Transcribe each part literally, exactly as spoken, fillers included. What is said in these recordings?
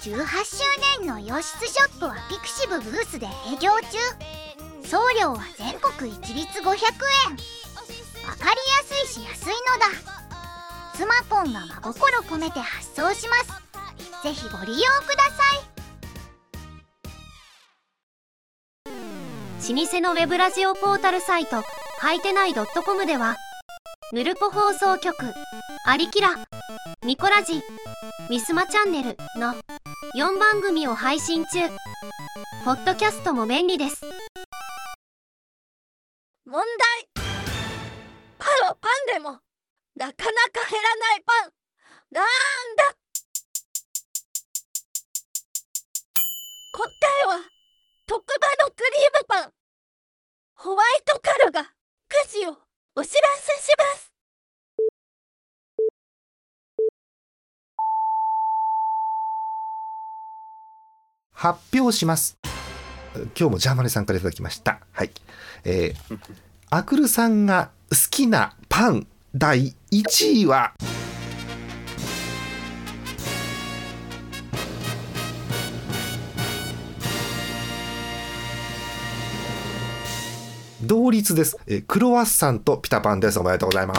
じゅうはちしゅうねんの洋室ショップはピクシブブースで営業中。送料は全国一律ごひゃくえん。わかりやすいし安いのだ。スマポンが真心込めて発送します。ぜひご利用ください。老舗のウェブラジオポータルサイトはいてない .com ではヌルポ放送局、アリキラ、ミコラジ、ミスマチャンネルのよんばんぐみを配信中。ポッドキャストも便利です。 問題。パンはパンでもなかなか減らないパンなんだ。答えは特売のクリームパン。ホワイトカルがくじをお知らせします。 発表します。今日もジャーマネさんからいただきました。はい、えー、アクルさんが好きなパンだいいちいは同率です。えー、クロワッサンとピタパンです。おめでとうございます。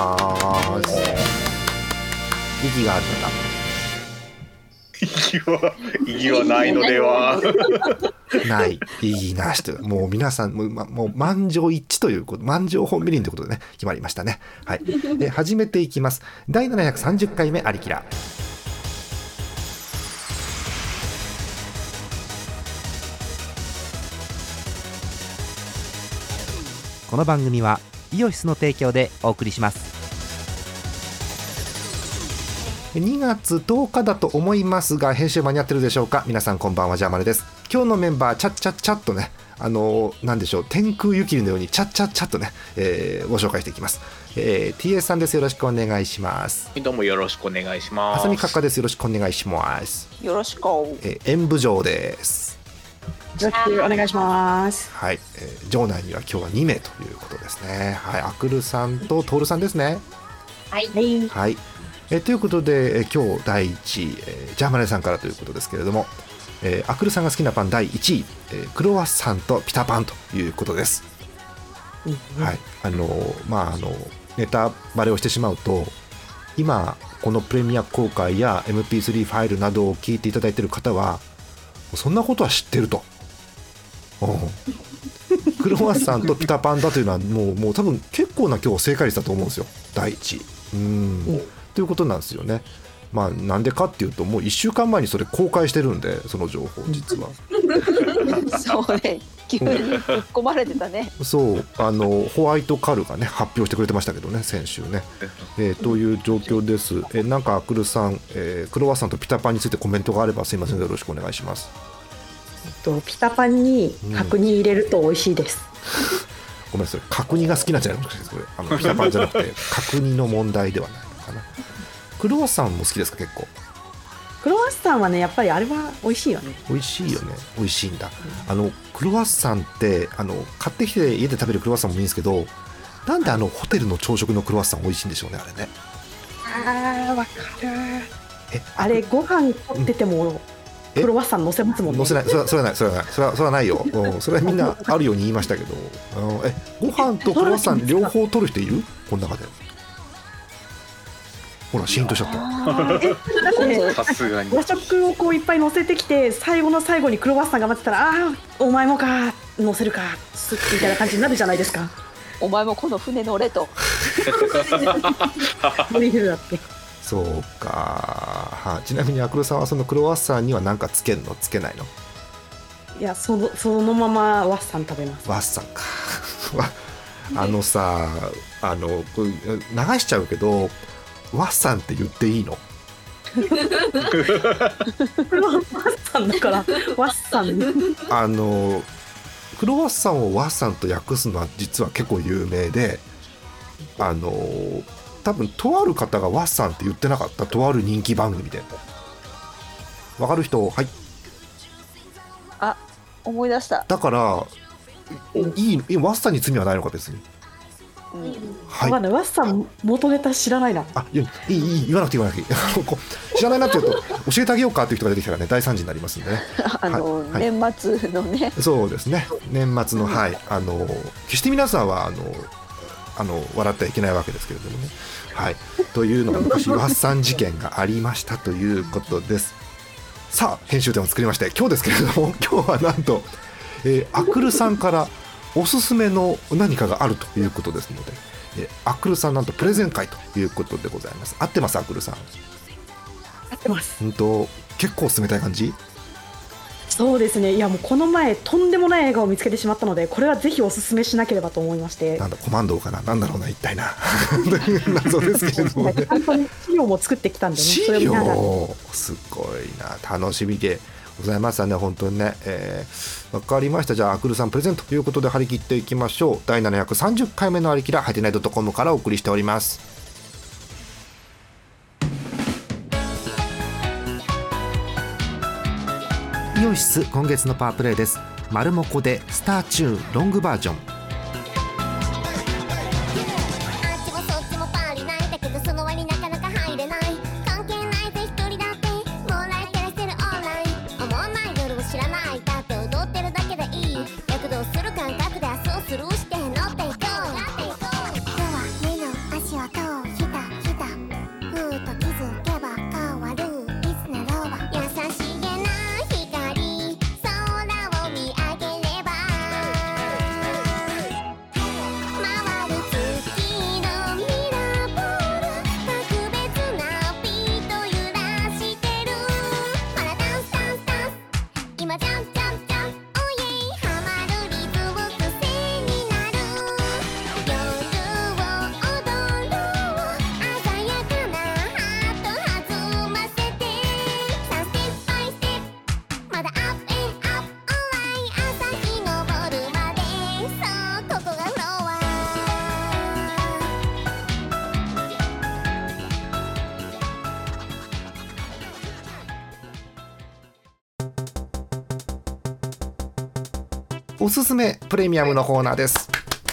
意義がある方。 意義は意義はないのでは。 ない意義なしという、もう皆さんもう、ま、もう満場一致ということ、満場本みりんということでね決まりましたね。はい。え始めていきます。だいななひゃくさんじゅっかいめアリキラ。 この番組はイオシスの提供でお送りします。 にがつとおかだと思いますが、編集間に合ってるでしょうか。皆さんこんばんは、ジャーマネです。今日のメンバーチャッチャッチャッとね、あのー、なんでしょう、天空雪のようにチャッチャッチャッとね、えー、ご紹介していきます。えー、ティーエー さんです。よろしくお願いします。 どうもよろしくお願いします。 あさみかっかです。よろしくお願いします。 よろしく。 えー、演舞場です。 よろしくお願いします。 はい、えー、場内には今日はにめいということですね。はい、アクルさんとトールさんですね。 はい。 はい。えー、ということで、えー、今日だいいちい、えー、ジャーマネさんからということですけれども、えー、アクルさんが好きなパンだいいちい、えー、クロワッサンとピタパンということです。うん、はい。あのー、まああのネタバレをしてしまうと、今このプレミア公開や エムピースリー ファイルなどを聞いていただいている方はそんなことは知ってると。クロワッサンとピタパンだというのはもう、もう多分結構な今日正解率だと思うんですよ、だいいちい。うん、うんということなんですよね。まあなんでかっていうと、もういっしゅうかんまえにそれ公開してるんで、その情報実はそうね、急にぶっ込まれてたね。 そうあのホワイトカルがね発表してくれてましたけどね、先週ね、えー、という状況です。えー、なんかアクルさん、えー、クロワッサンとピタパンについてコメントがあればすいません、よろしくお願いします。 えっと、ピタパンに角煮入れると美味しいです。 うん、ごめんなさい、角煮が好きなんじゃないのか、それあのピタパンじゃなくて角煮の問題ではないのかな。クロワッサンも好きですか？結構クロワッサンはね、やっぱりあれは美味しいよね。 美味しいよね。美味しいんだ。うん、あのクロワッサンってあの買ってきて家で食べるクロワッサンもいいんですけど、なんであのホテルの朝食のクロワッサン美味しいんでしょうね、あれね。 あー、わかる。え、あれご飯取っててもクロワッサン乗せますもんね。 乗せない、それはそれはないそれはないそれはそれはないよ。うん、それはみんなあるように言いましたけど、え、ご飯とクロワッサン両方取る人いる？この中で。ほらシーンとしちゃった。 さすがに和食をこういっぱい乗せてきて、最後の最後にクロワッサンが待ってたら、ああお前もか乗せるかみたいな感じになるじゃないですか。 お前もこの船乗れと。 そうか。はちなみにアクロさんはそのクロワッサンには何かつけんのつけないの？ いや、その、そのままワッサン食べます。 ワッサンか。あのさ、あの流しちゃうけど、ワッサンって言っていいの？これはワッサンだからワッサン。 あのクロワッサンをワッサンと訳すのは実は結構有名で、あの多分とある方がワッサンって言ってなかった？とある人気番組で。わかる人？はい。 あ、思い出した。 だからいい、ワッサンに罪はないのか別に。 うん、はい、ワッサン元ネタ知らないな。 あ、いや、いい、いい、言わなくて言わなくていい。調知らないなって言うと教えてあげようかという人が出てきたらね大惨事になりますんでね。 あの、 はい、 年末のね。 そうですね。年末の、はい、あの決して皆さんはあのあの笑ってはいけないわけですけれどもね。はい、というのが昔ワッサン事件がありましたということです。さあ編集点を作りまして今日ですけれども今日はなんと、えー、アクルさんからおすすめの何かがあるということですので、えー、アクルさんなんとプレゼン会ということでございます。合ってますアクルさん？ 合ってます。 本当結構進めたい感じ？ そうですね。いやもうこの前とんでもない映画を見つけてしまったのでこれはぜひおすすめしなければと思いまして。 なんだコマンドかな、なんだろうな一体な謎ですけれどもね。 本当に資料も作ってきたんでね。 資料すごいな、楽しみでございましたね本当にね。えー、分かりました。じゃあアクルさんプレゼントということで張り切っていきましょう。だいななひゃくさんじゅっかいめのありきらはいてない .com からお送りしております。イオシス今月のパワープレイです。マルモコでスターチューンロングバージョン。おすすめプレミアムのコーナーです。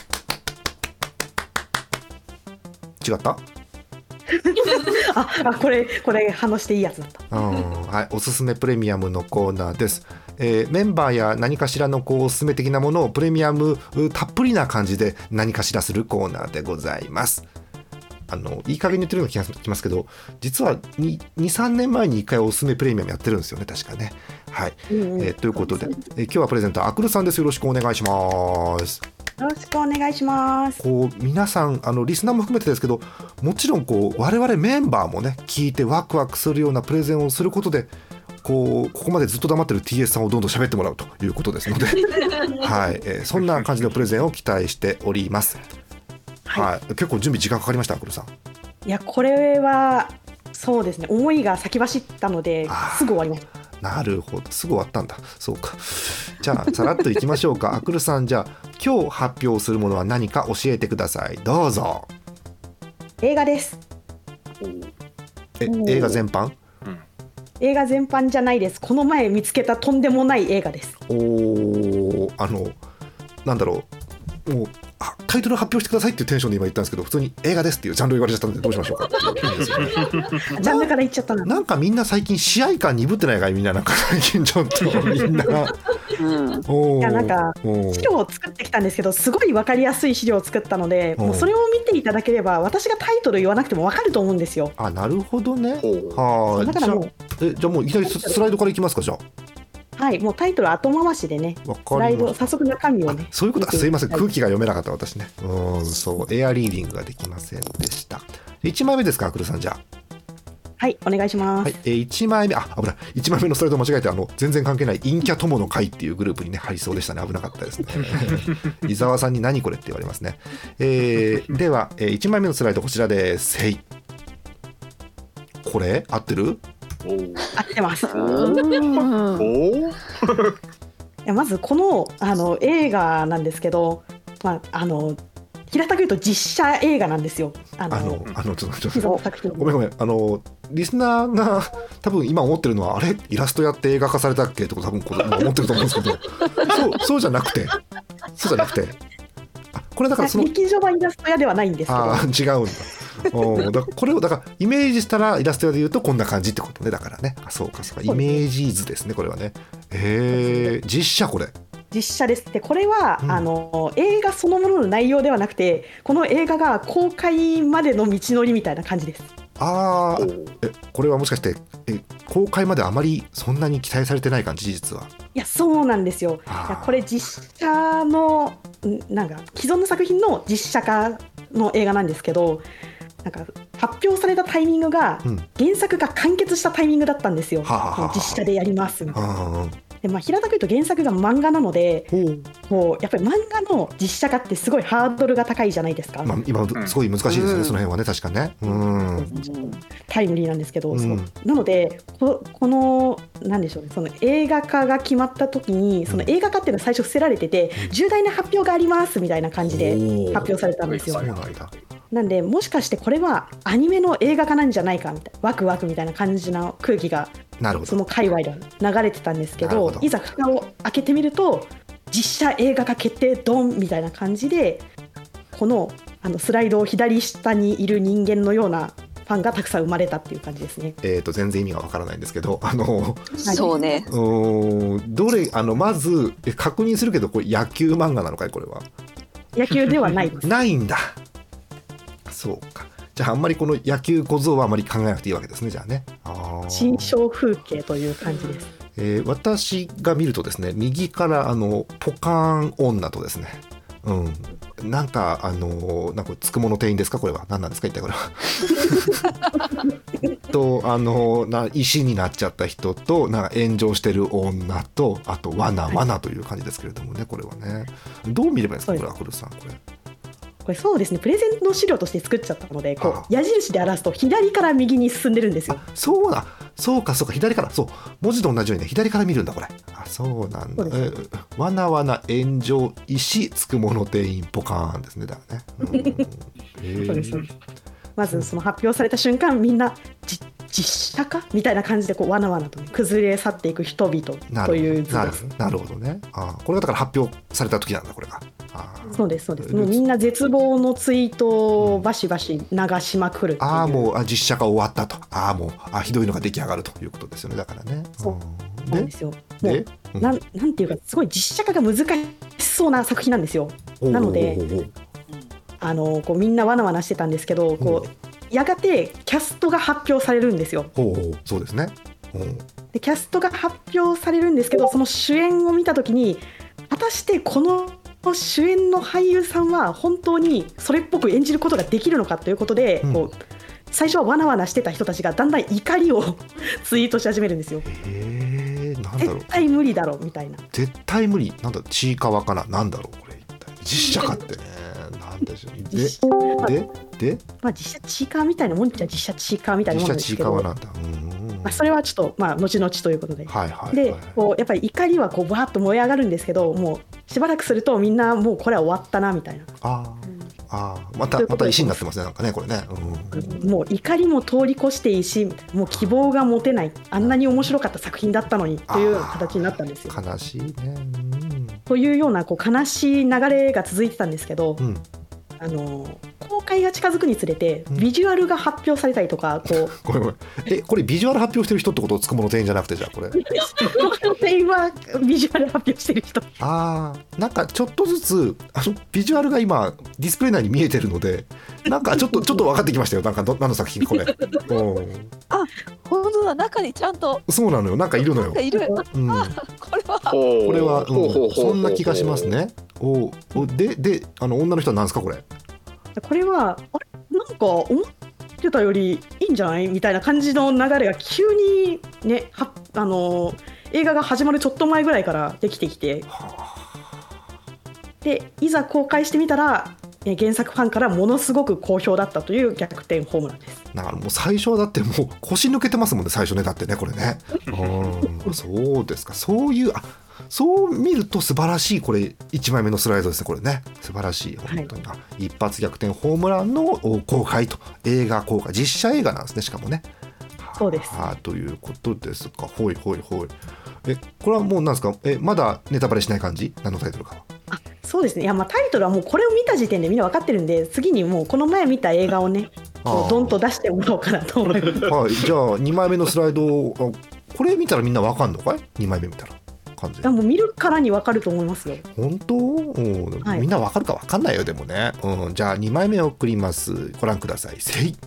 違ったああこれこれ話していいやつだった、 うんはい、おすすめプレミアムのコーナーです。えー、メンバーや何かしらのこうおすすめ的なものをプレミアムたっぷりな感じで何かしらするコーナーでございます。あのいい加減に言ってるような気がしますけど実は にさんねんまえにいっかいおすすめプレミアムやってるんですよね確かね。はい、うんうんえー、ということで、えー、今日はプレゼンターアクルさんです。よろしくお願いします。 よろしくお願いします。 こう皆さんあのリスナーも含めてですけどもちろんこう我々メンバーもね聞いてワクワクするようなプレゼンをすることでこうここまでずっと黙ってる ティーエス さんをどんどん喋ってもらうということですので、はいえー、そんな感じのプレゼンを期待しております。はいはい、結構準備時間かかりましたアクルさん。 いやこれはそうですね思いが先走ったのですぐ終わります。 なるほどすぐ終わったんだ。そうかじゃあさらっといきましょうかアクルさんじゃあ今日発表するものは何か教えてください。どうぞ。 映画です。 え映画全般？ 映画全般じゃないです。この前見つけたとんでもない映画です。 おーあのなんだろうもうタイトル発表してくださいっていうテンションで今言ったんですけど普通に映画ですっていうジャンル言われちゃったのでどうしましょうかっていうですよねジャンルから言っちゃったな。 なんかみんな最近試合感鈍ってないかいみんななんか最近ちょっとみんな、 うん、おいやなんか資料を作ってきたんですけどすごい分かりやすい資料を作ったのでもうそれを見ていただければ私がタイトル言わなくても分かると思うんですよ。 あなるほどね。はいだからもうえじゃあもういきなりスライドからいきますか。じゃあはいもうタイトル後回しでねスライド早速中身をねそういうことすいません空気が読めなかった私ね。うんそうエアリーディングができませんでした。いちまいめですかアクルさん。じゃあはいお願いします。はい、 えー、いちまいめあ危ないいちまいめのスライド間違えてあの全然関係ない陰キャ友の会っていうグループにね入りそうでしたね。危なかったですね伊沢さんに何これって言われますね。えー、では、えー、いちまいめのスライドこちらです。せいこれ合ってる？ 合ってます。いやまずこの、あの映画なんですけど、まあ、あの平たく言うと実写映画なんですよ。あのあのあのちょっとちょっとごめんごめんあのリスナーが多分今思ってるのはあれイラストやって映画化されたっけとか多分思ってると思うんですけどそう、そうじゃなくてそうじゃなくてあこれだからその劇場版イラスト屋ではないんですけど、 あ違うんだおだこれをだからイメージしたらイラスト屋で言うとこんな感じってことね。だからね、あそうかそうか、イメージ図ですねこれはね。へえ、実写これ実写です。でこれは、 うん、 あの映画そのものの内容ではなくて、この映画が公開までの道のりみたいな感じです。 ああ、えこれはもしかしてえ公開まであまりそんなに期待されてない感じ、実は。 いやそうなんですよ。いやこれ実写のなんか既存の作品の実写化の映画なんですけど、なんか発表されたタイミングが、うん、原作が完結したタイミングだったんですよ。はははは実写でやりますみたいな。でまあ、平たく言うと原作が漫画なので、こうやっぱり漫画の実写化ってすごいハードルが高いじゃないですか。 まあ、今すごい難しいですね、うん、その辺はね、確かね。うんタイムリーなんですけど、 うん、 そうなので こ, このなんでしょうね、その映画化が決まった時に、その映画化っていうのは最初伏せられてて、うん、重大な発表がありますみたいな感じで発表されたんですよ。 そうなんだ。 なんでもしかしてこれはアニメの映画化なんじゃないかみたいな、ワクワクみたいな感じの空気がその界隈で流れてたんですけ ど, どいざ蓋を開けてみると実写映画化決定ドンみたいな感じで、こ の, あのスライドを左下にいる人間のようなファンがたくさん生まれたっていう感じですね。 えーと全然意味がわからないんですけど、あのそうね、 どれあのまず確認するけど、これ野球漫画なのかい、これは。 野球ではないですないんだ。そうか、じゃああんまりこの野球小僧はあまり考えなくていいわけですね、じゃあね。あ新象風景という感じです。 えー、私が見るとですね、右からあのポカーン女とですね、うん、なんかあのなんかつくもの店員ですか、これは何なんですか一体これはとあのな石になっちゃった人となんか炎上してる女と、あとわなわなという感じですけれどもね、これはねどう見ればいいですか、これは古さん。これこれそうですね、プレゼンの資料として作っちゃったので、こう矢印で表すと左から右に進んでるんですよ。 あそうだ、そうかそうか、左から、そう文字と同じようにね、左から見るんだこれ。あそうなんだ。えわなわな炎上石つくもの店員ポカーンですね、だからね。うんえー、 そうですそうです。まずその発表された瞬間、みんなじ実写かみたいな感じでこうわなわなと、ね、崩れ去っていく人々という図です。 なるほどね。あこれがだから発表された時なんだこれが。あそうですそうです。もうみんな絶望のツイートをバシバシ流しまくるっていう。 ああもうあ実写化終わったと。ああもうあひどいのが出来上がるということですよね、だからね。 そうなんですよ。もう、うん、なんなんていうかすごい実写化が難しそうな作品なんですよ。なのであのこうみんなわなわなしてたんですけど、こうやがてキャストが発表されるんですよ。 ほうほうそうですね。 でキャストが発表されるんですけど、その主演を見たときに果たしてこの主演の俳優さんは本当にそれっぽく演じることができるのかということで、うん、こう最初はわなわなしてた人たちがだんだん怒りをツイートし始めるんですよ。 へー、なんだろう、 絶対無理だろみたいな。 絶対無理なんだ、ちいかわかな、なんだろうこれ一体実写化ってねなんでしょう。ででで、 まあ、実写ちいかわみたいなもんじゃ実写ちいかわみたいなもんなんですけど、 実写ちいかわなんだ。うんまあ、それはちょっと、まあ、後々ということで、 はいはいはい、 でこうやっぱり怒りはこうバーッと燃え上がるんですけど、もうしばらくするとみんなもうこれは終わったなみたいな。 あ、うん、あまたまた石になってますね、なんかねこれね、 うん、もう怒りも通り越して石みたいな、もう希望が持てない、あんなに面白かった作品だったのにという形になったんですよ。 悲しいね、うん、 というようなこう悲しい流れが続いてたんですけど、 うん、 あの公開が近づくにつれてビジュアルが発表されたりとか、こうごめんごめん、えこれビジュアル発表してる人ってことをつくもの店員じゃなくて、じゃあこれつくもの店員はビジュアル発表してる人。 あーなんかちょっとずつあのビジュアルが今ディスプレイ内に見えてるので、なんかちょっとちょっと分かってきましたよ、なんかど何の作品これあ本当だ、中にちゃんとそうなのよ、なんかいるのよ、 いる、 うん、 あこれはこれは、うん、そんな気がしますね。おおでであの女の人は何ですかこれ。 これはあれなんか思ってたよりいいんじゃないみたいな感じの流れが急にね、はあの映画が始まるちょっと前ぐらいからできてきて、でいざ公開してみたら原作ファンからものすごく好評だったという逆転ホームランです。 だからもう最初はだってもう腰抜けてますもんね、最初ね、だってねこれねうんそうですか、そういうあそう見ると素晴らしい、これいちまいめのスライドですね、これね素晴らしい本当に、はい、一発逆転ホームランの公開と、映画公開、実写映画なんですね、しかもね。 そうですはあということですか。ほいほいほい。えこれはもうなんですか、えまだネタバレしない感じ、何のタイトルかは。 あそうですね。いやまあタイトルはもうこれを見た時点でみんな分かってるんで、次にもうこの前見た映画をねこうドンと出してもらおうかなと思います。 はい、じゃあにまいめのスライドをこれ見たらみんな分かんのかい？にまいめ見たら完全に。 いやもう見るからに分かると思いますよ。 本当？うん、 はい、 みんな分かるか分かんないよでもね、うん、じゃあにまいめ送ります。ご覧ください。せい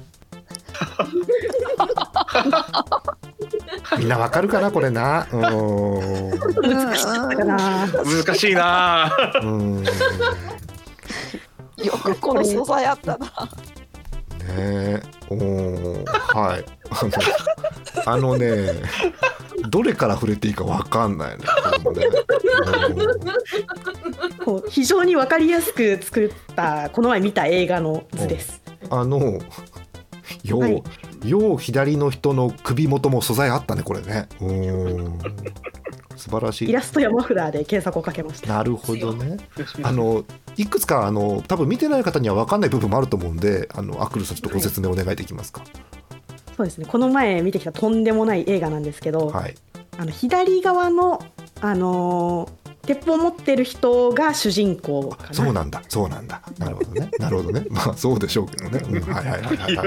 みんな分かるかなこれな。うん難しかったかな。 難しいな。 うんよくこの素材あったな。 ねえ、おー、はい。あの、あのね、どれから触れていいか分かんないね。これもね、 こう非常に分かりやすく作ったこの前見た映画の図です。 あのよう、はい、よう左の人の首元も素材あったねこれね。うーん、素晴らしい。 イラストやマフラーで検索をかけました。 なるほどね。あのいくつかあの多分見てない方には分かんない部分もあると思うんで、あのアクルさんちょっとご説明お願いできますか？はい、 そうですね。この前見てきたとんでもない映画なんですけど、はい、あの左側のあのー鉄砲を持ってる人が主人公かな。 そうなんだそうなんだ。なるほどねなるほどね。まあそうでしょうけどね。うん、はいはいはいはい、はい、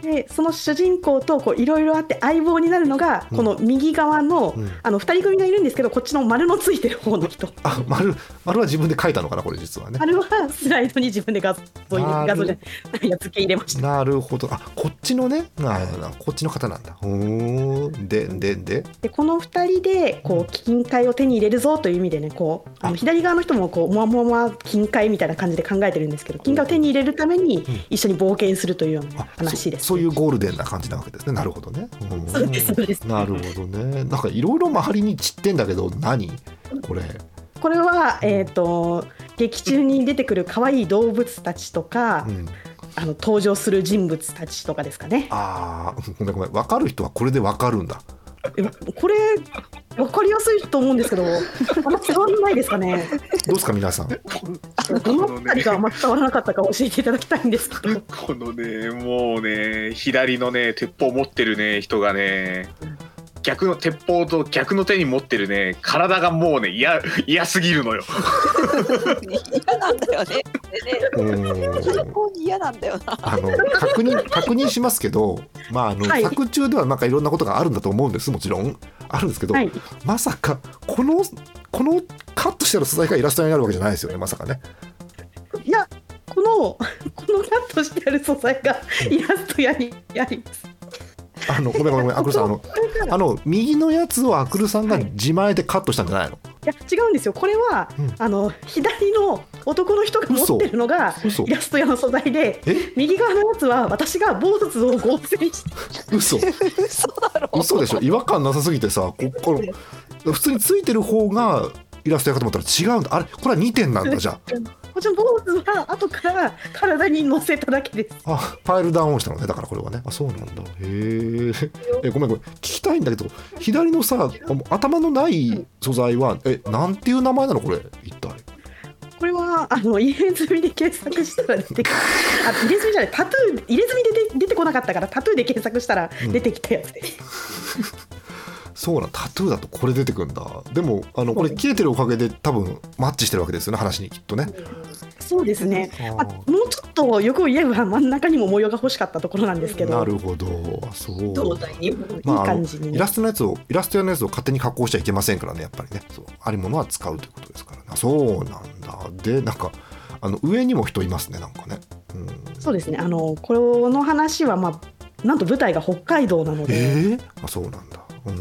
でその主人公といろいろあって相棒になるのがこの右側の、うん、あのふたり組がいるんですけど、こっちの丸のついてる方の人。 あ、丸丸は自分で書いたのかなこれ実はね。 丸はスライドに自分で画像画像じゃないや付け入れました。 なるほど。あ、こっちのね、あこっちの方なんだ。うーん、ででででこのふたりでこう金塊を手に入れるぞという意味でね、こうあの左側の人もこうもわもわ金塊みたいな感じで考えてるんですけど、金塊を手に入れるために一緒に冒険するというような話です、ね、 そ, そういうゴールデンな感じなわけですね。なるほどね。うん、 そうですそうです。 なるほどね。なんかいろいろ周りに散ってんだけど、何これ？ これは、えーと、劇中に出てくる可愛い動物たちとか、うん、あの登場する人物たちとかですかね。 ああ、ごめんごめん。分かる人はこれで分かるんだ。 これ分かりやすいと思うんですけど、あんま伝わらないですかね。 どうですか皆さん。 どのあたりがあんま伝わらなかったか教えていただきたいんですけど。 このね、もうね、左のね鉄砲を持ってるね人がね、逆の鉄砲と逆の手に持ってるね体がもうね嫌嫌すぎるのよ。 嫌なんだよね。最高に嫌なんだよな。 あの確認確認しますけど、まああの、はい、作中ではなんかいろんなことがあるんだと思うんです。もちろんあるんですけど、はい、まさかこのこのカットしてる素材がイラストになるわけじゃないですよね。まさかね。 いや、このこのカットしてある素材がイラストやりやります。 あのごめんごめんごめん、アクルさん、あのあの右のやつをアクルさんが自前でカットしたんじゃないの？ いや違うんですよ。これは、うん、あの左の男の人が持ってるのがイラスト用の素材で、右側のやつは私が坊主を合成して。 嘘嘘だろ。 嘘でしょ。違和感なさすぎてさ、ここ普通についてる方がイラストやかと思ったら違うんだ。あれこれはにてんなんだ。じゃあこっちの坊主は後から体に乗せただけです。 あ、ファイルダウンしたのね。だからこれはね。あ、そうなんだ。へえ。ごめんごめん、聞きたいんだけど、左のさ頭のない素材はえなんていう名前なのこれ一体？ これはあの入れ墨で検索したら出てきあ入れ墨じゃないタトゥー入れ墨で出てこなかったからタトゥーで検索したら出てきたやつです、 うん、そうな、タトゥーだとこれ出てくるんだ。でもあのこれ切れてるおかげで多分マッチしてるわけですよね、話にきっとね。 そうですね。あ、もうちょっとよく言えば真ん中にも模様が欲しかったところなんですけど。 なるほど。そう。 胴体にもいい感じに、 まあ、イラストのやつをイラスト用のやつを勝手に加工しちゃいけませんからね、やっぱりね。そう、ありものは使うということですからね。そうなんだ。で、なんかあの上にも人いますね、なんかね。うん、 そうですね。あのこの話はまあなんと舞台が北海道なので。 えー、あ、そうなんだ。うん、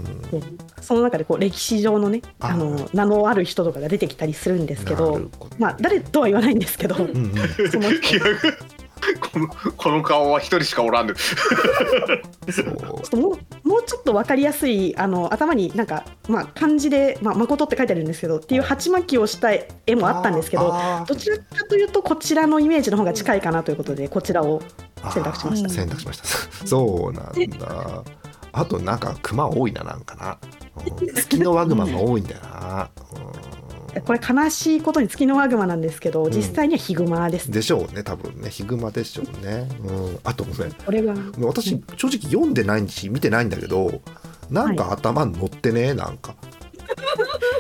その中でこう歴史上のね、あの名のある人とかが出てきたりするんですけど、どまあ誰とは言わないんですけど、うんうん、その人このこの顔は一人しかおらんでそうもう、もうちょっと分かりやすいあの頭になんか、まあ、漢字で、まあ、誠って書いてあるんですけどっていう鉢巻きをした絵もあったんですけど、どちらかというとこちらのイメージの方が近いかなということでこちらを選択しました。 選択しましたそうなんだ。あとなんかクマ多いな、なんかな、うん、月のワグマが多いんだよな、 うん、これ悲しいことに月のワグマなんですけど、うん、実際にはヒグマです、ね、 でしょうね、多分ね、ヒグマでしょうね、うん、あとごめん、 これは私正直読んでないし見てないんだけど、なんか頭に乗ってね、なんか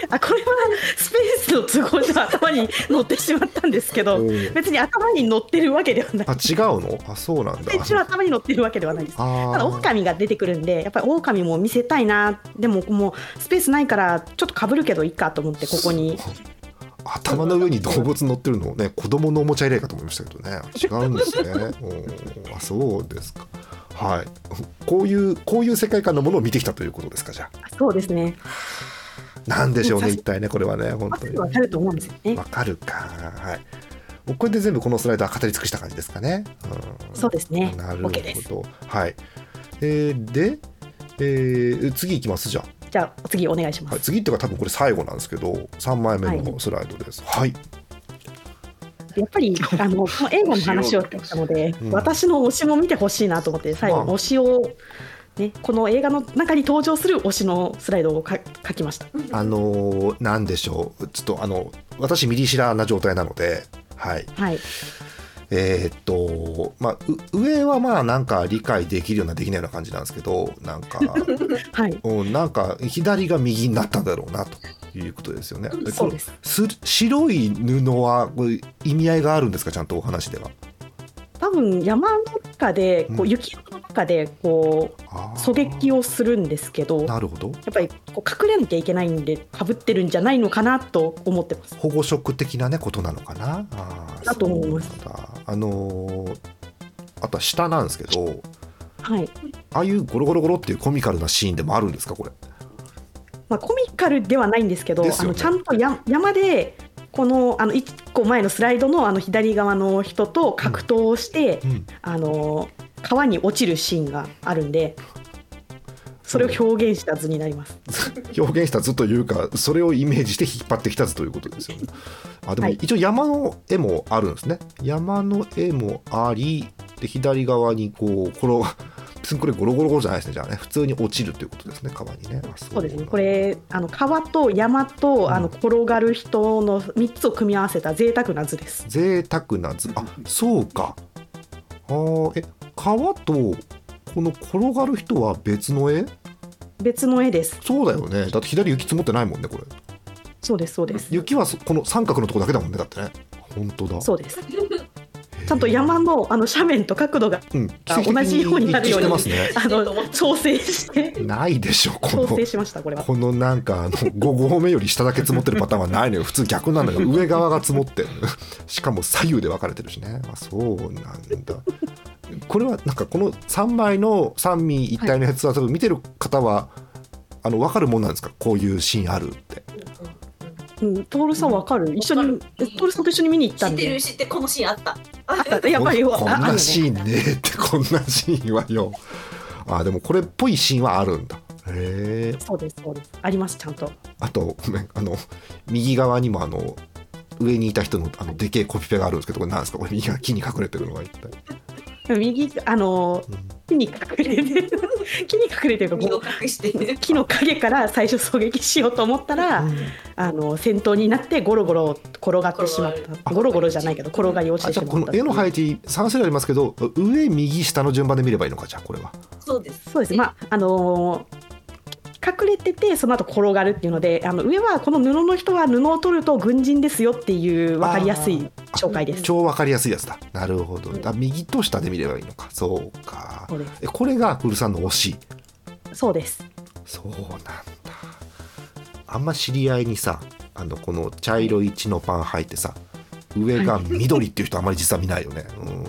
あこれはスペースの都合上頭に乗ってしまったんですけど、別に頭に乗ってるわけではない。 あ違うの？あそうなんだ。 一応頭に乗ってるわけではないです。ただ狼が出てくるんで、やっぱり狼も見せたいな。でももうスペースないからちょっと被るけどいいかと思ってここに。 頭の上に動物乗ってるのをね、子供のおもちゃ入れかと思いましたけどね。違うんですね。あそうですか。はい。こういうこういう世界観のものを見てきたということですか、じゃあ。 そうですね。 なんでしょうね、一体ね、これはね、本当に。 わかると思うんですよね。 わかるか。はい。これで全部このスライダー語り尽くした感じですかね。 うん、そうですね。 なるほど。はい。えー、で、えー、次いきますじゃあ。 じゃあ次お願いします。 はい、次っていうか多分これ最後なんですけど、さんまいめのスライドです。はい。はいやっぱりあのこの映画の話を聞いたので、うん、私の推しも見てほしいなと思って最後推しを、ね、この映画の中に登場する推しのスライドを書きました。 あのー、なんでしょう、ちょっとあの私ミリシラな状態なので、はい、はい、えー、っとまあ上はまあなんか理解できるようなできないような感じなんですけど、なんか、はい、なんか左が右になったんだろうなということですよね。 そうです。 す白い布はこれ意味合いがあるんですか、ちゃんとお話では。 多分山の中でこう雪の中でこう狙撃をするんですけど、 なるほど。 やっぱりこう隠れなきゃいけないんで被ってるんじゃないのかなと思ってます。 保護色的なねことなのかな。あだと思います。 あのー、あとは下なんですけど、 はい、 ああいうゴロゴロゴロっていうコミカルなシーンでもあるんですかこれ。 まあ、コミカルではないんですけど、ね、あのちゃんとや山でこのあのいっこまえのスライド の, あの左側の人と格闘をして、うんうん、あの川に落ちるシーンがあるんで、それを表現した図になります。 表現した図というか、それをイメージして引っ張ってきた図ということですよね。あでも一応山の絵もあるんですね。山の絵もありで、左側にこう転がこれゴロゴロゴロじゃないですね。じゃあね、普通に落ちるということですね、川にね。 あ そう, そうですね。これあの川と山と、うん、あの転がる人のみっつを組み合わせた贅沢な図です。 贅沢な図。あ、そうか。あえ川とこの転がる人は別の絵？ 別の絵です。 そうだよね。だって左雪積もってないもんね、これ。 そうですそうです。 雪はこの三角のとこだけだもんね、だってね。本当だ。 そうです。ちゃんと山 の, あの斜面と角度が、うん、同じようになるように、ね、あの調整してないでしょこの調整しました。これはこのなんかあのご合目より下だけ積もってるパターンはないのよ。普通逆なのよ。上側が積もってるしかも左右で分かれてるしね。あそうなんだ。これはなんかこのさんまいの三位一体のやつは多分見てる方は、はい、あの分かるもんなんですか、こういうシーンあるって。 うん、トールさん分かる？一緒にトールさんと一緒に見に行ったんで。 知ってる知ってる、このシーンあったあったやっぱりこんなシーンねえってこんなシーンはよ。あでもこれっぽいシーンはあるんだ。へえ。 そうですそうです、ありますちゃんと。 あとごめん、あの右側にもあの上にいた人のあのでけえコピペがあるんですけど、これなんですか、これ右側木に隠れてるのが一体。 右あの、うん、木に隠れて木に隠れてるか木を隠して木の影から最初狙撃しようと思ったら、うん、あの戦闘になってゴロゴロ転がってしまった。ゴロゴロじゃないけど転がり落ちてしまった。 この絵の配置さん種類ありますけど、上右下の順番で見ればいいのか、じゃあこれは。 そうですそうです。まああのー隠れててその後転がるっていうので、あの上はこの布の人は布を取ると軍人ですよっていう分かりやすい紹介です。 超分かりやすいやつだ。なるほど。だ右と下で見ればいいのか。そうか。そうです。えこれがクルさんの推し。 そうです。 そうなんだ。あんま知り合いにさ、あのこの茶色い血のパン履いてさ、上が緑っていう人あんまり実は見ないよね。うん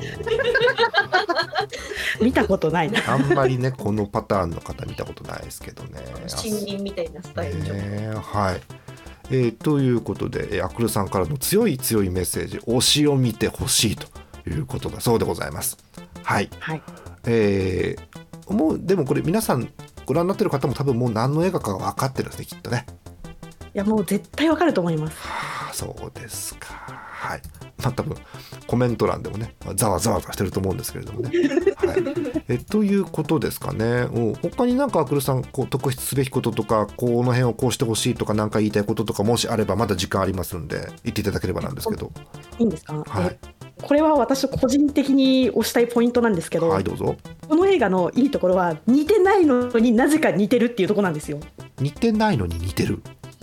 見たことないな。 あんまりねこのパターンの方見たことないですけどね。 新人みたいなスタイル、 ね、はい、えー、ということで、えー、アクルさんからの強い強いメッセージ、推しを見てほしいということだそうでございます。はい、はい、えー、もうでもこれ皆さんご覧になってる方も多分もう何の映画かが分かってるんですね、きっとね。 いやもう絶対分かると思います。 はあ、そうですか。はい、まあ多分コメント欄でもねざわざわしてると思うんですけれどもね、はい、えということですかね。他になんかアクルさんこう特筆すべきこととか、この辺をこうしてほしいとか何か言いたいこととかもしあればまだ時間ありますんで言っていただければなんですけど。 いいんですか。 はい、 これは私個人的に推したいポイントなんですけど、 はいどうぞ。 この映画のいいところは似てないのになぜか似てるっていうところなんですよ。 似てないのに似てる。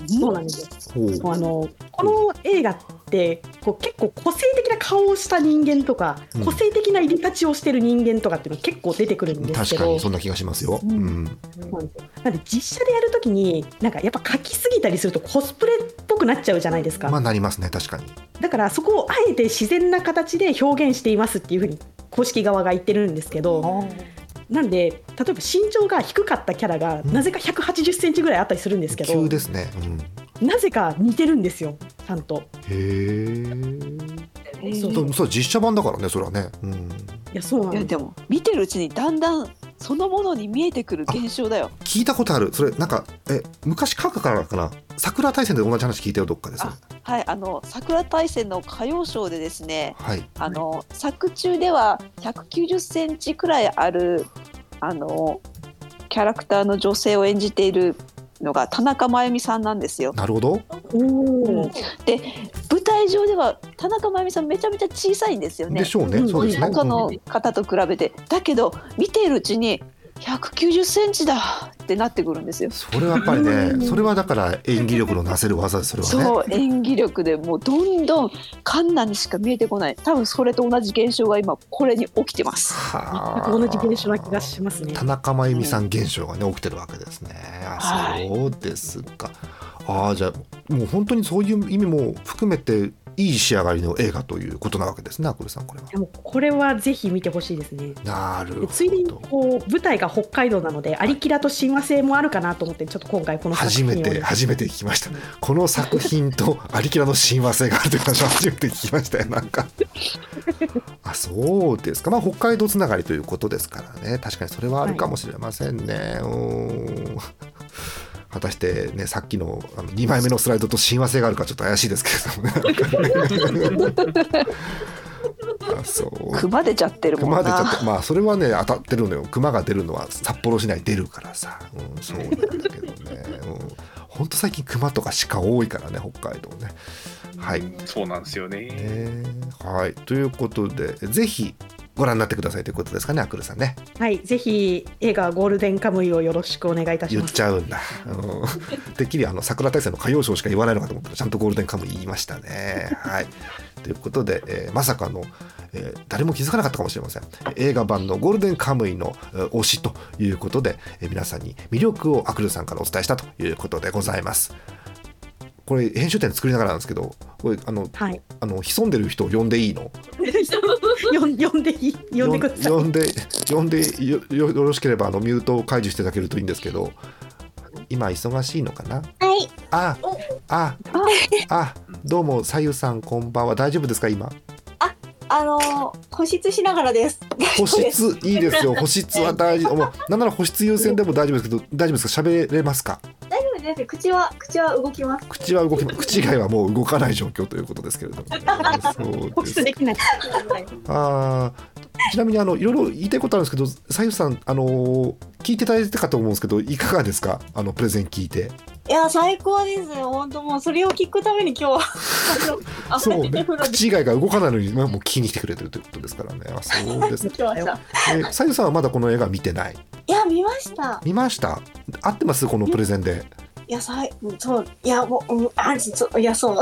そうなんですよ。 ほうもうあのこの映画ってこう結構個性的な顔をした人間とか、 うん個性的な入り立ちをしてる人間とかっていうの結構出てくるんです確けど、 かにそんな気がしますよ。うんんそうなんですよ。なんで実写でやるときになんかやっぱ描きすぎたりするとコスプレっぽくなっちゃうじゃないですか。 まあなりますね、確かに。 だからそこをあえて自然な形で表現していますっていうふうに公式側が言ってるんですけど、なんで例えば身長が低かったキャラがなぜかひゃくはちじゅっセンチぐらいあったりするんですけど、 急ですね。うん、 なぜか似てるんですよ、ちゃんと。 へえ。 そうそうそう実写版だからね、それはね。うん、 いやそうなんです。 いやでも見てるうちにだんだんそのものに見えてくる現象だよ。 聞いたことある。それなんかえ昔書くからかな。桜大戦で同じ話聞いたよ、どっかで。それはい、あの桜大戦の歌謡ショーでですね、 はい。 あの作中ではひゃくきゅうじゅっセンチくらいあるあのキャラクターの女性を演じているのが田中真由美さんなんですよ。 なるほど。 おお。 で舞台上では田中真由美さんめちゃめちゃ小さいんですよね。 でしょうね。 うんそうですね。 他の方と比べて。だけど見ているうちにひゃくきゅうじゅっセンチだってなってくるんですよ。 それはやっぱりね、それはだから演技力のなせる技です。それはね。 そう演技力でもうどんどんカンナにしか見えてこない。多分それと同じ現象が今これに起きてます。 は全く同じ現象な気がしますね。 田中真由美さん現象がね起きてるわけですね。あ、 はいそうですか。ああ、じゃあもう本当にそういう意味も含めていい仕上がりの映画ということなわけですね、アクルさん、これは。 でもこれはぜひ見てほしいですね。 なるほど。 でついでにこう舞台が北海道なのでアリキラと親和性もあるかなと思ってちょっと今回この作初品をめて初めて聞きました。この作品とアリキラの親和性があるという話を初めて聞きましたよ。なんかあ、そうですか。まあ北海道つながりということですからね。確かにそれはあるかもしれませんね。うん果たしてね、さっきのあのにまいめのスライドと親和性があるかちょっと怪しいですけれどもね。あ、そう熊出ちゃってるもんな。 熊出ちゃって、まあそれはね当たってるのよ。熊が出るのは札幌市内出るからさ、うん、そうなんだけどね。本当、うん、最近熊とか鹿多いからね、北海道ね。はい、 そうなんですよね。 ね、はい、ということでぜひご覧になってくださいということですかね、アクルさんね。 はい、ぜひ映画ゴールデンカムイをよろしくお願いいたし言っます。 ちゃうんだ。うん、てっきりあの桜大戦の歌謡ショーしか言わないのかと思ったらちゃんとゴールデンカムイ言いましたね。はい、ということで、えー、まさかの、えー、誰も気づかなかったかもしれません。映画版のゴールデンカムイの、えー、推しということで、えー、皆さんに魅力をアクルさんからお伝えしたということでございます。これ編集点作りながらなんですけど、これあの、はい、あの潜んでる人を呼んでいいの？ 呼ん呼んでいい呼んでください。 呼んで呼んで よ, よろしければあのミュートを解除していただけるといいんですけど、今忙しいのかな？ はい。 あああどうもさゆさん、こんばんは。大丈夫ですか今？ ああのー、保湿しながらです。 保湿いいですよ。保湿は大事。もうなんなら保湿優先でも大丈夫ですけど、大丈夫ですか？喋れますか？ 大丈夫です。口は口は動きます。 口は動きます。口以外はもう動かない状況ということですけれども、ね、そうです。 できない。 あちなみにあのいろいろ言いたいことあるんですけど、さゆさん、あのー、聞いていただいたかと思うんですけど、いかがですか？あのプレゼン聞いて。 いや最高です。本当もうそれを聞くために今日はそうね、口以外が動かないのにもう聞きに来てくれてるということですからね。あ、そうです。えさゆさんはまだこの映画見てない？ いや見ました。 見ました。合ってます？このプレゼンで。 いやさいそういやもう、うん、あそういやそう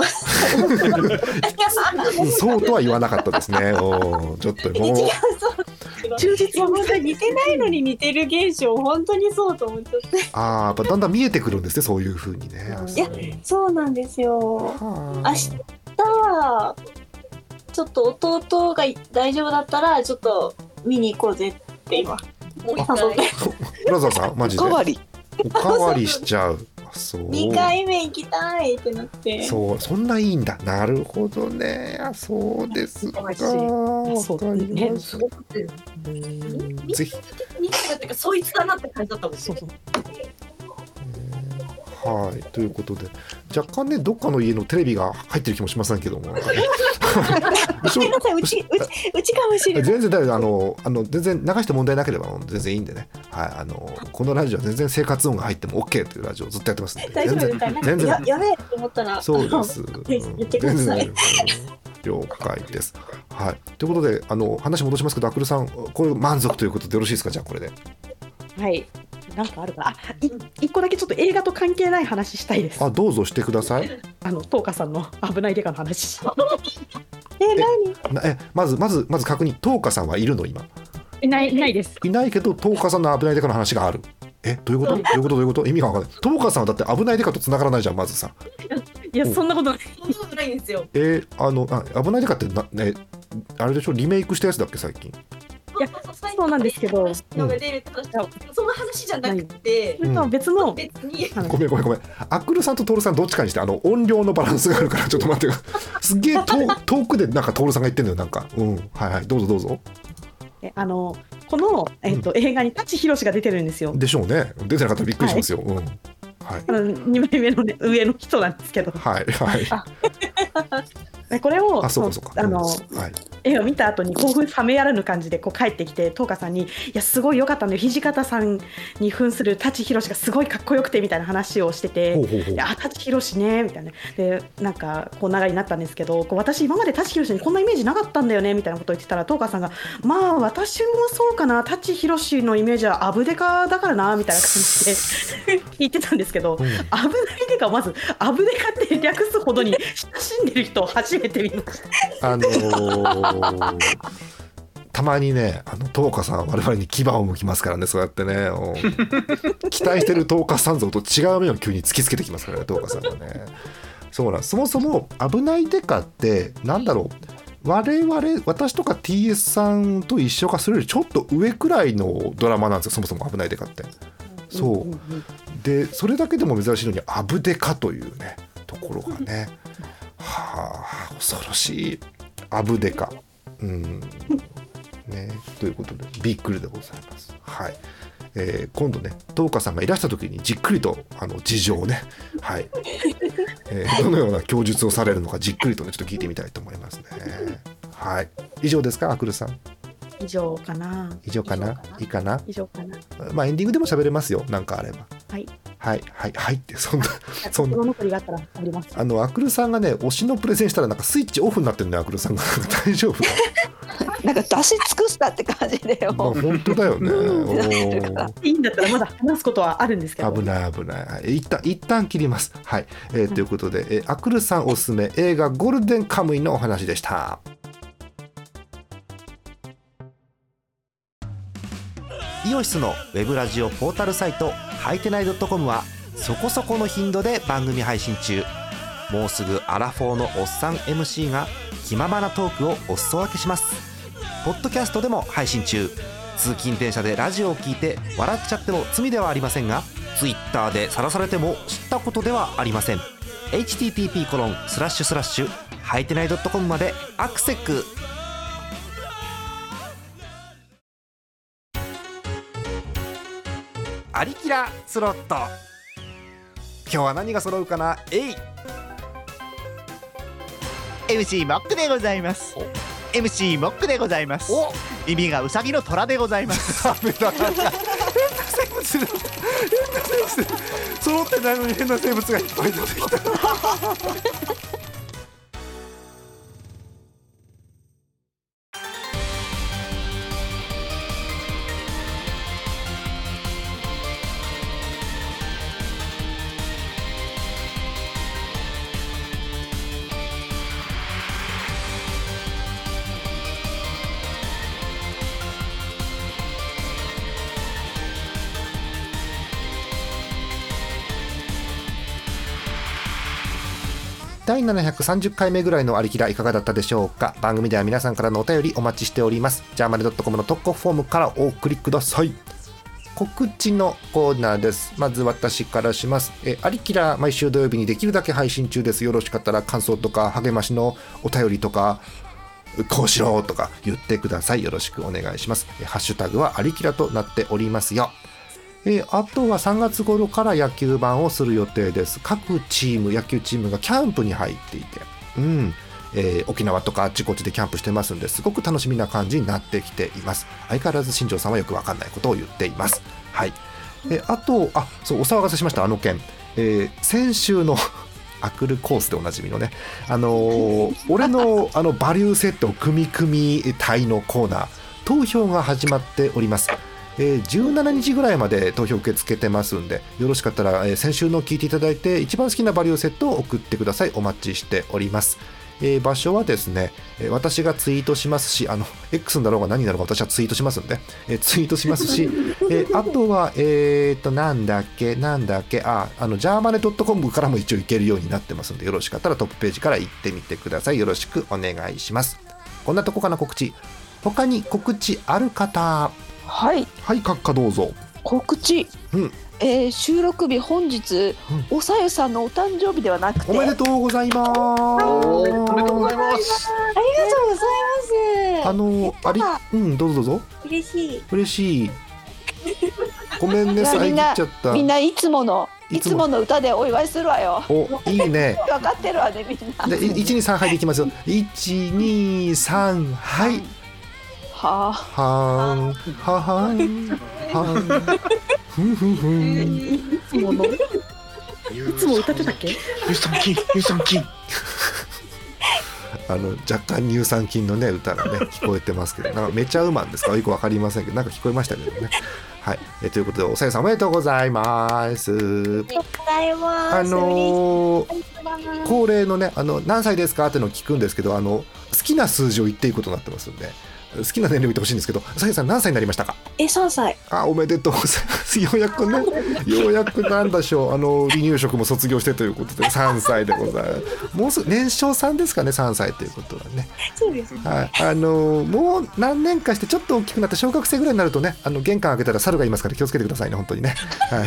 そうとは言わなかったですね。おちょっともう忠実は本当に似てないのに似てる現象本当にそうと思っちゃって。 ああ、やっぱだんだん見えてくるんですね、そういう風にね。 いやそうなんですよ。明日はちょっと弟が大丈夫だったらちょっと見に行こうぜって今誘って。 ブラザーさんマジでおかわりおかわりしちゃう。そうにかいめ行きたいってなって。 そうそんないいんだ。なるほどね。あ、そうですか。 そうだね。 すごくてぜひ見てるっていうかそいつだなって感じだったもんね。そうそう。 はい、ということで若干ねどっかの家のテレビが入ってる気もしませんけども。 ごめんなさい、うちうちうちかもしれない。 全然大丈夫。あのあの全然流して問題なければ全然いいんでね。はい、あのこのラジオは全然生活音が入っても OK というラジオをずっとやってますんで。 大丈夫ですか？全然ややべえと思ったらそうです。 言ってください。 了解です。はい。ということであの話戻しますけど、アクルさんこれ満足ということでよろしいですか？じゃあこれで。 はい。 なんかあるかなあ、い一個だけちょっと映画と関係ない話したいです。 あ、どうぞしてください。 あのトーカさんの危ないデカの話。え何？ なえまずまずまず確認、トーカさんはいるの今？ いないいないです。 いないけどトーカさんの危ないデカの話がある。えどういうこと？どういうことどういうこと？意味が分かんない。トーカさんはだって危ないデカと繋がらないじゃん、まずさ。 いやそんなことない。 そんなことないんですよ。 えー、あのあ危ないデカってな、ね、あれでしょ、リメイクしたやつだっけ最近。 いやそうなんですけど、 のが出るとしたらその話じゃなくて、 それとは別の、 別にごめんごめんごめん。アクルさんとトールさんどっちかにして、あの音量のバランスがあるからちょっと待って。すげえ遠遠くでなんかトールさんが言ってんのよなんか。うんはいはい、どうぞどうぞ。 えあのこの、えっと映画に舘ひろしが出てるんですよ。 でしょうね。出てなかったらびっくりしますよ。うんはい。 あのにまいめの、ね、上の人なんですけど、 はいはい。 でこれをあそうかそうか。 あの、 うんはい。 絵を見た後に興奮冷めやらぬ感じでこう帰ってきて、トーカさんにいやすごい良かったのよ、土方さんに扮する舘ひろしがすごいかっこよくてみたいな話をしてて、 ほうほうほうであ舘ひろしねみたいなでなんかこう流れになったんですけど、こう私今まで舘ひろしにこんなイメージなかったんだよねみたいなことを言ってたら、トーカさんがまあ私もそうかな、舘ひろしのイメージはアブデカだからなみたいな感じで言ってたんですけど、 うんアブナイデカをまずアブデカって略すほどに親しんでる人を初めて見ました。 あのーたまにね、あのトーカさんは我々に牙を向きますからね、そうやってね、うん期待してるトーカさん像と違う目を急に突きつけてきますからね、トーカさんはね。そうなん、そもそも危ないデカってなんだろう、我々私とか ティーエス さんと一緒かそれよりちょっと上くらいのドラマなんですよ、そもそも危ないデカって。そうで、それだけでも珍しいのにアブデカというねところがね、はあ恐ろしいアブデカ、うんね、ということでびっくりでございます。はい、えー、今度ねトーカさんがいらした時にじっくりとあの事情をね、はいえー、どのような供述をされるのかじっくりとねちょっと聞いてみたいと思いますね。はい、以上ですか、アクルさん。 以上かな。 以上かな。いいかな。 以上かな。 まあエンディングでも喋れますよ、なんかあれば。 はいはいはいはいってそんなそんな心残りがあったらあります。 あのアクルさんがね推しのプレゼンしたらなんかスイッチオフになってるね、アクルさんが大丈夫かなんか出し尽くしたって感じでよ。 まあ本当だよね。 いいんだったらまだ話すことはあるんですけど。 危ない危ない、はい、一旦一旦切ります。はい、えー、ということで、えー、アクルさんおすすめ映画ゴールデンカムイのお話でした。 イオシスのウェブラジオポータルサイトハイテナイ .com はそこそこの頻度で番組配信中。もうすぐアラフォーのおっさん エムシー が気ままなトークをお裾分けします。ポッドキャストでも配信中。通勤電車でラジオを聞いて笑っちゃっても罪ではありませんが、ツイッターで晒されても知ったことではありません。 エイチティーティーピーコロンスラッシュスラッシュハイテナイ .com までアクセック。アリキラスロット、今日は何が揃うかな。えいエムシー モックでございます。 エムシー モックでございます。耳がウサギの虎でございます。 ダメだ変な生物変な生物揃ってないのに変な生物がいっぱい出てきただいななひゃくさんじゅっかいめぐらいのありきらいかがだったでしょうか。番組では皆さんからのお便りお待ちしております。ジャーマネ .com の特攻フォームからお送りください。告知のコーナーです。まず私からします。えありきら毎週土曜日にできるだけ配信中です。よろしかったら感想とか励ましのお便りとかこうしろとか言ってください。よろしくお願いします。ハッシュタグはありきらとなっておりますよ。えー、あとはさんがつ頃から野球盤をする予定です。各チーム野球チームがキャンプに入っていて、うんえー、沖縄とかあっちこっちでキャンプしてますんで、すごく楽しみな感じになってきています。相変わらず新庄さんはよくわかんないことを言っています。はい、えー、あとあそうお騒がせしましたあの件、えー、先週のアクルコースでおなじみのね、あのー、俺のあのバリューセット組み組み隊のコーナー投票が始まっております。 えー、じゅうしちにちぐらいまで投票受け付けてますんで、よろしかったら、えー、先週の聞いていただいて一番好きなバリューセットを送ってください。お待ちしております。えー、場所はですね、えー、私がツイートしますし、あの X だろうが何だろうが私はツイートしますんで、えー、ツイートしますし、えー、あとはえーとなんだっけなんだっけああのジャーマネ .com からも一応行けるようになってますんで、よろしかったらトップページから行ってみてください。よろしくお願いします。こんなとこかな。告知他に告知ある方。 はいはい閣下どうぞ。 告知、 うんえー、収録日本日、うん、おさゆさんのお誕生日ではなくておめでとうございます。 おめでとうございます。 ありがとうございます。 あのありうんどうぞどうぞ。 嬉しい嬉しい。ごめんね遮っちゃった。 みんないつものいつもの歌でお祝いするわよ。 おいいね。 分かってるわねみんな。 でいちにさんはいでいきますよ。いちにさんはい。 はあはんははんはんふんふんふん。 いつものいつも歌ってたっけ？ 乳酸菌乳酸菌。 あの若干乳酸菌のね歌がね聞こえてますけど、なんかめちゃうまんですかよくわかりませんけどなんか聞こえましたけどね。はい、えということでおさゆさんおめでとうございます。 ありがとうございます。 あのー、恒例のねあの何歳ですかってのを聞くんですけど、あの好きな数字を言っていいことになってますんで。好きな年齢を言ってほしいんですけど、さゆさん何歳になりましたか？ え、さんさい。 あ、おめでとうございます。ようやくね、ようやくなんでしょう、あの離乳食も卒業してということでさんさいでございます。もうすぐ年少さんですかね、さんさいということはね。 そうですね。 はい、あのもう何年かしてちょっと大きくなって小学生ぐらいになるとね、あの玄関開けたら猿がいますから気をつけてくださいね本当にね。はい。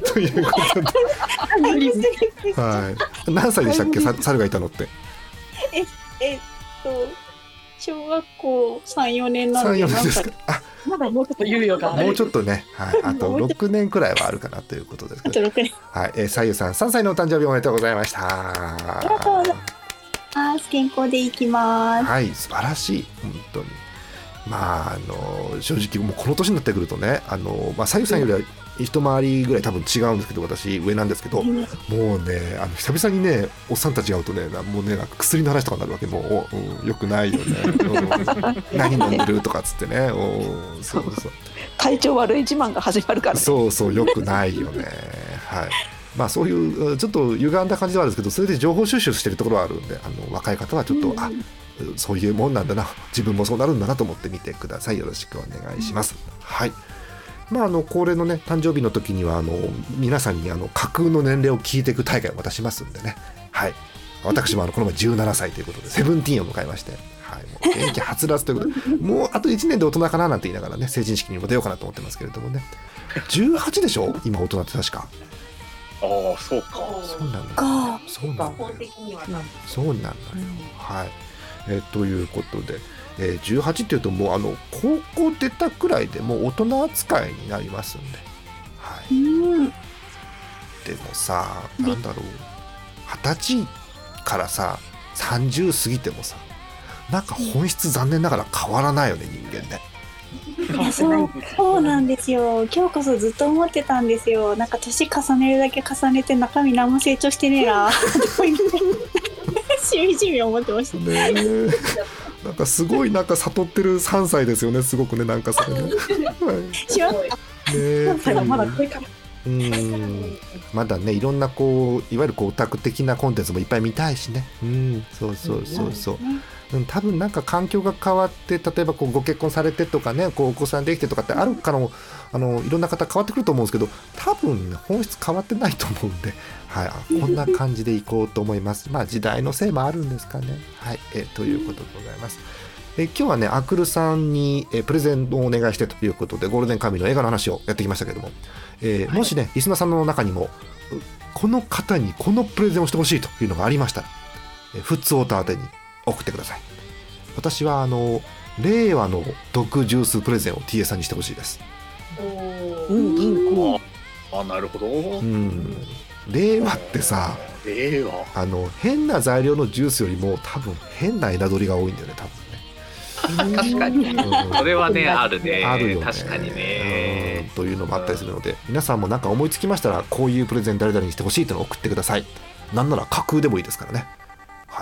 ということで、はい。何歳でしたっけ、猿がいたのって。 え、えっと。小学校さん、よねんなのでさん、よねんですか。あ、 まだもうちょっと猶予がある。 もうちょっとね、はい、あとろくねんくらいはあるかなということですけど。 あとろくねん。 はい、えー、さゆさんさんさいのお誕生日おめでとうございました。 ありがとうございます。健康でいきます。 はい、素晴らしい本当に。まああの正直もうこの年になってくるとね、あのまあさゆさんよりは一回りぐらい多分違うんですけど、私上なんですけど、もうねあの久々にねおっさんたちが会うとね、もうねなんか薬の話とかになるわけ。もう、うん、よくないよね。何飲んでるとかっつってね。おそうそう。 体調悪い自慢が始まるから、ね。 そうそうよくないよね。はい。まあそういうちょっと歪んだ感じはあるんですけど、それで情報収集してるところはあるんで、あの若い方はちょっと、うん、あそういうもんなんだな、自分もそうなるんだなと思って見てください。よろしくお願いします。うん、はい。まあ、あの恒例のね誕生日の時にはあの皆さんにあの架空の年齢を聞いていく大会を渡しますんでね。はい。私もあのこの前じゅうななさいということでセブンティーンを迎えまして、はい、もう元気はつらつということでもうあといちねんで大人かななんて言いながらね成人式にも出ようかなと思ってますけれどもね。じゅうはちでしょ今大人って確か。 ああそうか。 そうなんだ。 かそうなんだ。そうなんだよ。はい。えー、ということで。えー、じゅうはちっていうともうあの高校出たくらいでもう大人扱いになりますんで、はい、うんでもさなんだろうはたちからささんじゅう過ぎてもさなんか本質残念ながら変わらないよね人間ね。 いやそうそうなんですよ。今日こそずっと思ってたんですよ。なんか年重ねるだけ重ねて中身何も成長してねえなしみじみ思ってましたね。なんかすごいなんか悟ってるさんさいですよね。すごくねなんかそれね。はい、 しまった。 ねさんさいはまだこれから。 うんまだねいろんなこういわゆるこうオタク的なコンテンツもいっぱい見たいしね。うんそうそうそうそう。うん、多分なんか環境が変わって例えばこうご結婚されてとかねこうお子さんできてとかってあるからもあのいろんな方変わってくると思うんですけど多分、ね、本質変わってないと思うんで、はい、こんな感じでいこうと思います。まあ時代のせいもあるんですかね。はい、えということでございます。え今日はねアクルさんにえプレゼンをお願いしてということでゴールデンカムイの映画の話をやってきましたけども、えー、もしねリスナーさんの中にもこの方にこのプレゼンをしてほしいというのがありましたらフッツウォーター宛てに送ってください。私はあの令和の毒ジュースプレゼンを ティーエー さんにしてほしいです。 うんうんああなるほど。 うん令和ってさ令和あの変な材料のジュースよりも多分変な枝取りが多いんだよね多分ね。 確かに、うん、それはねあるね。 あるよね確かにね、 うん、というのもあったりするので皆さんもなんか思いつきましたらこういうプレゼン誰々にしてほしいというのを送ってください。なんなら架空でもいいですからね。はい、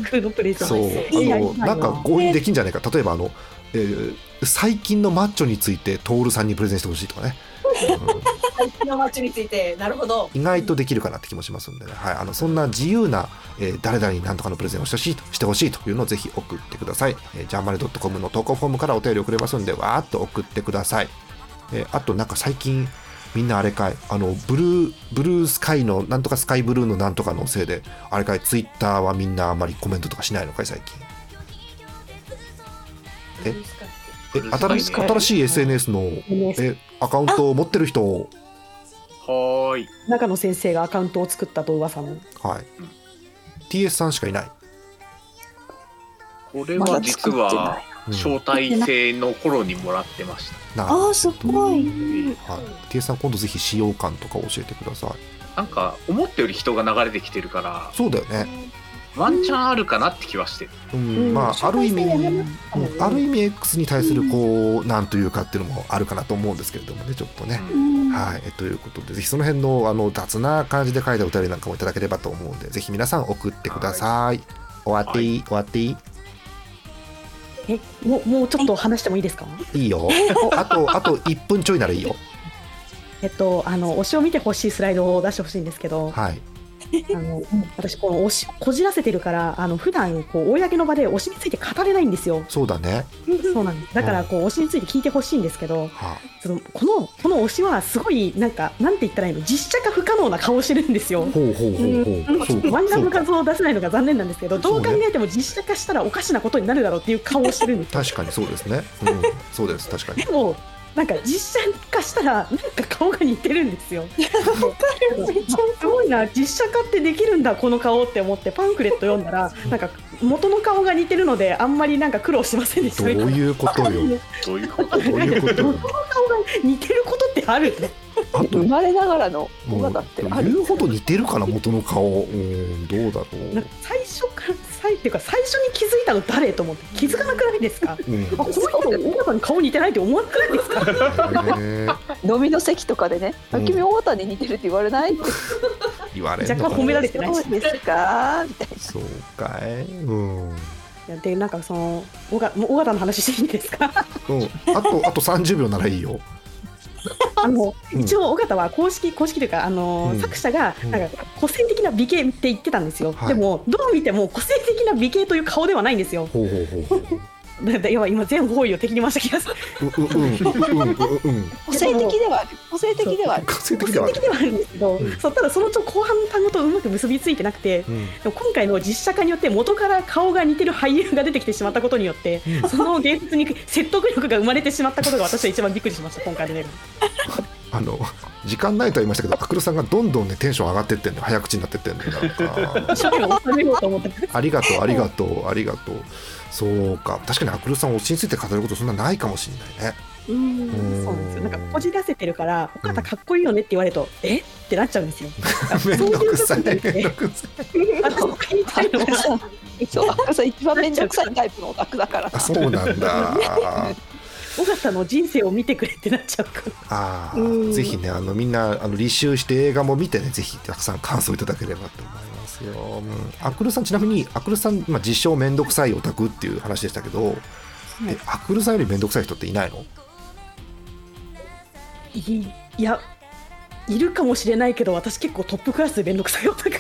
架空のプレゼン。 そうあのなんか強引にできんじゃないか。例えばあのえー最近のマッチョについてトールさんにプレゼンしてほしいとかね、 最近のマッチョについて、なるほど。 意外とできるかなって気もしますんでね、はい、あのそんな自由な、えー誰々に何とかのプレゼンをしてほしいとしてほしいというのをぜひ送ってください。えー、ジャーマネドットコムの投稿フォームからお便り送れますんで、わーっと送ってください。えーあとなんか最近みんなあれかい、あのブルーブルースカイのなんとかスカイブルーのなんとかのせいであれかい、ツイッターはみんなあんまりコメントとかしないのかい最近。ええ新し新しい エスエヌエス のえアカウントを持ってる人、 はーい。 中野先生がアカウントを作ったと噂の。 はい、ティーエス さんしかいない。 これは実は招待制の頃にもらってました。 なあーすごい。 はい、ティーエス さん今度ぜひ使用感とか教えてください。 なんか思ったより人が流れてきてるからそうだよね。 ワンチャンあるかなって気はしてる。 うんうんまあある意味、 紹介制やめうんますかもねある意味 X に対するこうなんというかっていうのもあるかなと思うんですけれどもね、ちょっとね。はい、えということでぜひその辺のあの雑な感じで書いたお便りなんかもいただければと思うんで、ぜひ皆さん送ってください。終わっていい、終わっていいえ、もうもうちょっと話してもいいですか？ いいよ。あとあといっぷんちょいならいいよ。 えっとあの推しを見てほしいスライドを出してほしいんですけど、 はい。 あの私この推しこじらせてるからあの普段こう公の場で推しについて語れないんですよ。 そうだね。 そうなんです。だからこう推しについて聞いてほしいんですけど、 はそのこのこの推しはすごいなんかなんて言ったらいいの、実写化不可能な顔をしてるんですよ。 あ、ほうほうほうほう。そう漫画のそうか画像を出せないのが残念なんですけど、どう考えても実写化したらおかしなことになるだろうっていう顔をしてるんですよ。 確かにそうですね。うん、そうです確かにで。もなんか実写化したらなんか顔が似てるんですよ。すごいな、実写化ってできるんだこの顔って思ってパンフレット読んだらなんか元の顔が似てるのであんまりなんか苦労しませんでした。 どういうことよ。 どういうこと？ どういうことよ。 元の顔が似てることってある？ あと生まれながらのもう尾形ってある。 言うほど似てるかな元の顔。うんどうだろなんか最初から最っていうか最初に気づいたの誰と思って気づかなくないですか？ う。うん。 あこの人尾形に顔似てないって思わなくないですか？ へー飲みの席とかでね、 うんあ君尾形に似てるって言われないって。 言われんのかな。 若干褒められてないし。 そうですかみたいな。 そうかい。うん。 いやでなんかその尾形もう尾形の話していいですか？ うん。あとあとさんじゅうびょうならいいよ。 あのうん一応尾形は公式公式というかあの、 うん作者がうんなんか個性的な美形って言ってたんですよ、 はいでもどう見ても個性的な美形という顔ではないんですよ。 ほうほうほうほう。 だだ今今全方位を敵に回した気がする。 うんうんうんうんうんうん。 個性的ではある。個性的ではある。 個性個的ではある。 性的ではあるんですけど、 うんそうただその後半の単語とうまく結びついてなくて、 うん。 でも今回の実写化によって元から顔が似てる俳優が出てきてしまったことによって、 うんその現実に説得力が生まれてしまったことが私は一番びっくりしました今回の映画。 あの時間ないとは言いましたけど、アクロさんがどんどんねテンション上がってってんの、早口になってってんのなんか。 一生懸命収めようと思ってありがとうありがとうありがとう。そうか、確かにアクロさん推しについて語ることそんなないかもしれないね。 うんそうなんですよ。なんかこじらせてるからお方かっこいいよねって言われると、えってなっちゃうんですよ。 めんどくさいそういう部分でめんどくさい。 私が言いたいのはそう、赤さん一番面倒くさいタイプのオタクだから。 あ、そうなんだ。 尾形の人生を見てくれってなっちゃうから。 あうんあ、ぜひね、あのみんなあの履修して映画も見てね、ぜひたくさん感想いただければと思いますよ。うん、アクルさん、ちなみにアクルさん、まあ、自称めんどくさいオタクっていう話でしたけど、えアクルさんよりめんどくさい人っていないの？ いいやいるかもしれないけど、私結構トップクラスでめんどくさいオタク。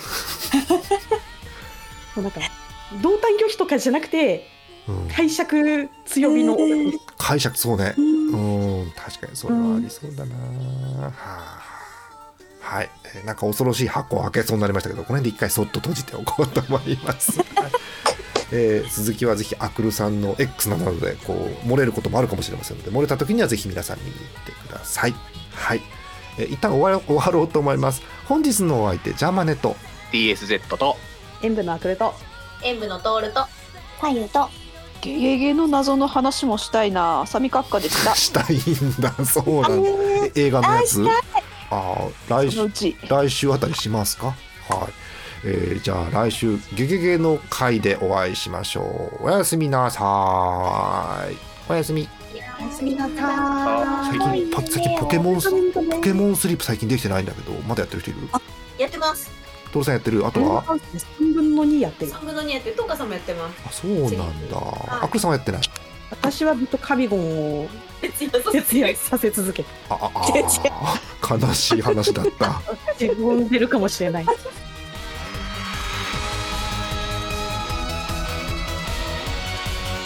もうなんか同担拒否とかじゃなくてうん、 解釈強みのオタクです。 解釈そうね。うん、確かにそれはありそうだな。はあ、はい、えーなんか恐ろしい箱を開けそうになりましたけど、この辺で一回そっと閉じておこうと思います。はい、えー続きはぜひアクルさんの X などでこう漏れることもあるかもしれませんので、漏れた時にはぜひ皆さん見に行ってください。はい、えー一旦終わろ終わろうと思います。本日のお相手ジャーマネとディーエスゼット と演舞のアクルと演舞のトールと太陽とゲゲゲの謎の話もしたいな。サミカッカでした。 したいんだ。そうなんだ。え映画のやつ。ああ、来週そのうち来週あたりしますか。はい、えーじゃあ来週ゲゲゲの回でお会いしましょう。おやすみなさい。おやすみ。 おやすみなさ最近パ最近ポケモンスポケモンスリープ最近できてないんだけど、まだやってる人いる？ やってます。 トロさんやってる？あとは？ さんぶんのにやってる。 さんぶんのにやってる。トーカさんもやってます。 あ、そうなんだ。アクルさんはやってない。 私はずっとカビゴンを徹夜させ続けて、 あああ悲しい話だった。 自分出るかもしれない。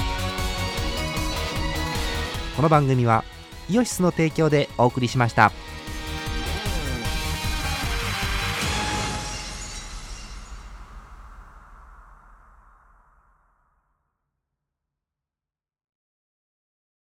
この番組はイオシスの提供でお送りしました。